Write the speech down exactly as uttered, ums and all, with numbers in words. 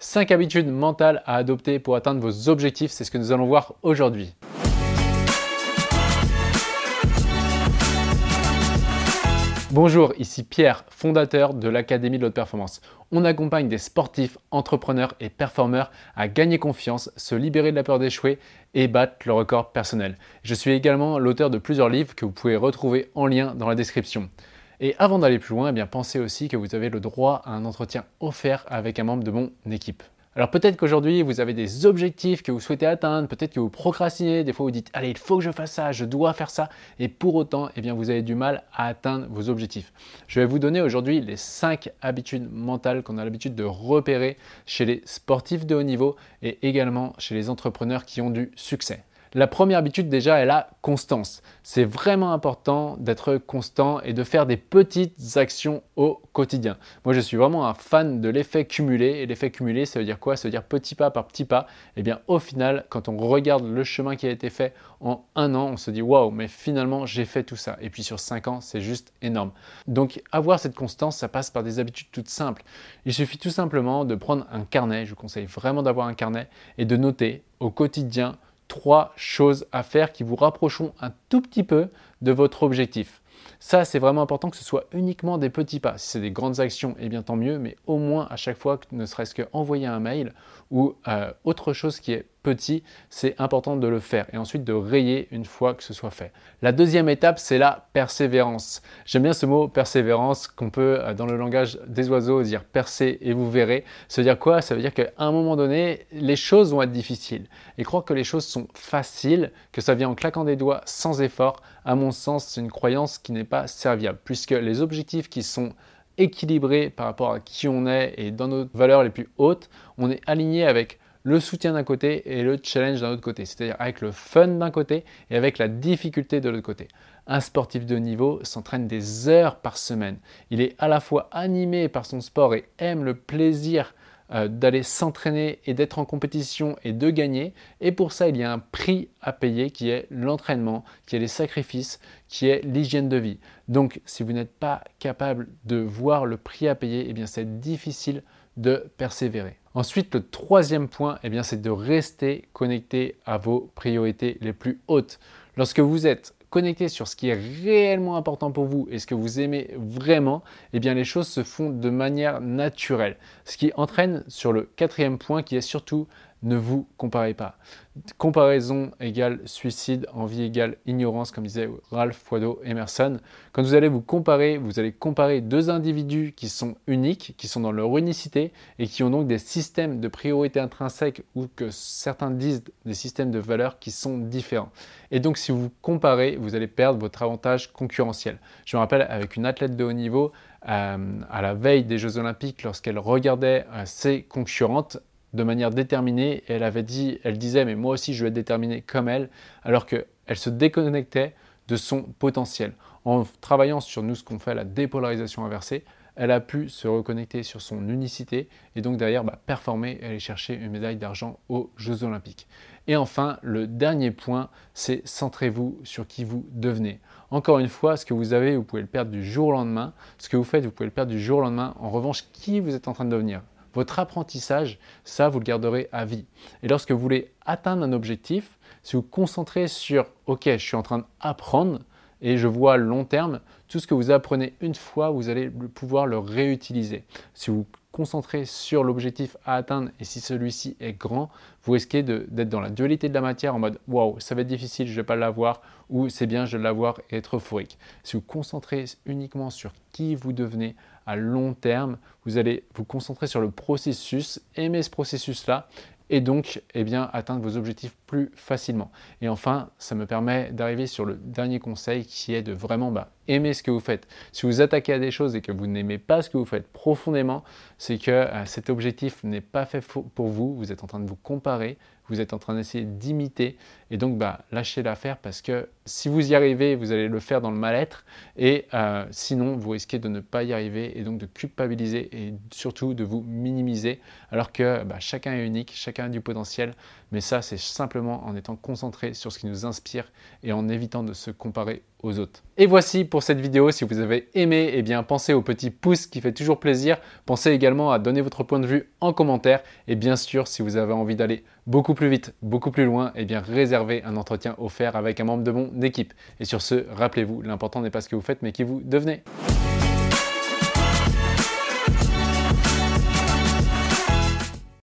cinq habitudes mentales à adopter pour atteindre vos objectifs, c'est ce que nous allons voir aujourd'hui. Bonjour, ici Pierre, fondateur de l'Académie de l'Haute Performance. On accompagne des sportifs, entrepreneurs et performeurs à gagner confiance, se libérer de la peur d'échouer et battre le record personnel. Je suis également l'auteur de plusieurs livres que vous pouvez retrouver en lien dans la description. Et avant d'aller plus loin, eh bien, pensez aussi que vous avez le droit à un entretien offert avec un membre de mon équipe. Alors peut-être qu'aujourd'hui, vous avez des objectifs que vous souhaitez atteindre, peut-être que vous procrastinez, des fois vous dites « Allez, il faut que je fasse ça, je dois faire ça » et pour autant, eh bien, vous avez du mal à atteindre vos objectifs. Je vais vous donner aujourd'hui les cinq habitudes mentales qu'on a l'habitude de repérer chez les sportifs de haut niveau et également chez les entrepreneurs qui ont du succès. La première habitude déjà est la constance. C'est vraiment important d'être constant et de faire des petites actions au quotidien. Moi, je suis vraiment un fan de l'effet cumulé. Et l'effet cumulé, ça veut dire quoi? Ça veut dire petit pas par petit pas. Et bien, au final, quand on regarde le chemin qui a été fait en un an, on se dit « Waouh, mais finalement, j'ai fait tout ça. » Et puis sur cinq ans, c'est juste énorme. Donc, avoir cette constance, ça passe par des habitudes toutes simples. Il suffit tout simplement de prendre un carnet. Je vous conseille vraiment d'avoir un carnet et de noter au quotidien trois choses à faire qui vous rapprocheront un tout petit peu de votre objectif. Ça, c'est vraiment important que ce soit uniquement des petits pas. Si c'est des grandes actions, eh bien tant mieux, mais au moins à chaque fois, ne serait-ce qu'envoyer un mail ou euh, autre chose qui est petit, c'est important de le faire et ensuite de rayer une fois que ce soit fait. La deuxième étape, c'est la persévérance. J'aime bien ce mot persévérance qu'on peut, dans le langage des oiseaux, dire percer et vous verrez. Ça veut dire quoi? Ça veut dire qu'à un moment donné, les choses vont être difficiles. Et croire que les choses sont faciles, que ça vient en claquant des doigts sans effort, à mon sens, c'est une croyance qui n'est pas serviable puisque les objectifs qui sont équilibrés par rapport à qui on est et dans nos valeurs les plus hautes, on est aligné avec le soutien d'un côté et le challenge d'un autre côté, c'est-à-dire avec le fun d'un côté et avec la difficulté de l'autre côté. Un sportif de haut niveau s'entraîne des heures par semaine. Il est à la fois animé par son sport et aime le plaisir euh, d'aller s'entraîner et d'être en compétition et de gagner. Et pour ça, il y a un prix à payer qui est l'entraînement, qui est les sacrifices, qui est l'hygiène de vie. Donc, si vous n'êtes pas capable de voir le prix à payer, eh bien, c'est difficile de persévérer. Ensuite, le troisième point, eh bien, c'est de rester connecté à vos priorités les plus hautes. Lorsque vous êtes connecté sur ce qui est réellement important pour vous et ce que vous aimez vraiment, eh bien, les choses se font de manière naturelle. Ce qui entraîne sur le quatrième point qui est surtout ne vous comparez pas. Comparaison égale suicide, envie égale ignorance, comme disait Ralph Waldo Emerson. Quand vous allez vous comparer, vous allez comparer deux individus qui sont uniques, qui sont dans leur unicité et qui ont donc des systèmes de priorité intrinsèques ou que certains disent des systèmes de valeurs qui sont différents. Et donc, si vous comparez, vous allez perdre votre avantage concurrentiel. Je me rappelle avec une athlète de haut niveau, euh, à la veille des Jeux Olympiques, lorsqu'elle regardait euh, ses concurrentes, de manière déterminée et elle avait dit, elle disait mais moi aussi je veux être déterminée comme elle alors qu'elle se déconnectait de son potentiel. En travaillant sur nous ce qu'on fait la dépolarisation inversée, elle a pu se reconnecter sur son unicité et donc derrière bah, performer et aller chercher une médaille d'argent aux Jeux Olympiques. Et enfin, le dernier point, c'est centrez-vous sur qui vous devenez. Encore une fois, ce que vous avez, vous pouvez le perdre du jour au lendemain. Ce que vous faites, vous pouvez le perdre du jour au lendemain. En revanche, qui vous êtes en train de devenir? Votre apprentissage, ça, vous le garderez à vie. Et lorsque vous voulez atteindre un objectif, si vous vous concentrez sur « Ok, je suis en train d'apprendre et je vois long terme », tout ce que vous apprenez une fois, vous allez pouvoir le réutiliser. Si vous vous concentrez sur l'objectif à atteindre et si celui-ci est grand, vous risquez d'être dans la dualité de la matière en mode « Waouh, ça va être difficile, je ne vais pas l'avoir » ou « C'est bien, je vais l'avoir » et être euphorique. Si vous vous concentrez uniquement sur qui vous devenez à long terme, vous allez vous concentrer sur le processus, aimer ce processus-là et donc eh bien, atteindre vos objectifs plus facilement. Et enfin, ça me permet d'arriver sur le dernier conseil qui est de vraiment bah, aimer ce que vous faites. Si vous attaquez à des choses et que vous n'aimez pas ce que vous faites profondément, c'est que euh, cet objectif n'est pas fait pour vous, vous êtes en train de vous comparer, vous êtes en train d'essayer d'imiter et donc bah, lâchez l'affaire parce que si vous y arrivez, vous allez le faire dans le mal-être et euh, sinon vous risquez de ne pas y arriver et donc de culpabiliser et surtout de vous minimiser alors que bah, chacun est unique, chacun a du potentiel mais ça c'est simplement simplement en étant concentré sur ce qui nous inspire et en évitant de se comparer aux autres. Et voici pour cette vidéo. Si vous avez aimé, eh bien pensez au petit pouce qui fait toujours plaisir. Pensez également à donner votre point de vue en commentaire. Et bien sûr, si vous avez envie d'aller beaucoup plus vite, beaucoup plus loin, eh bien réservez un entretien offert avec un membre de mon équipe. Et sur ce, rappelez-vous, l'important n'est pas ce que vous faites, mais qui vous devenez.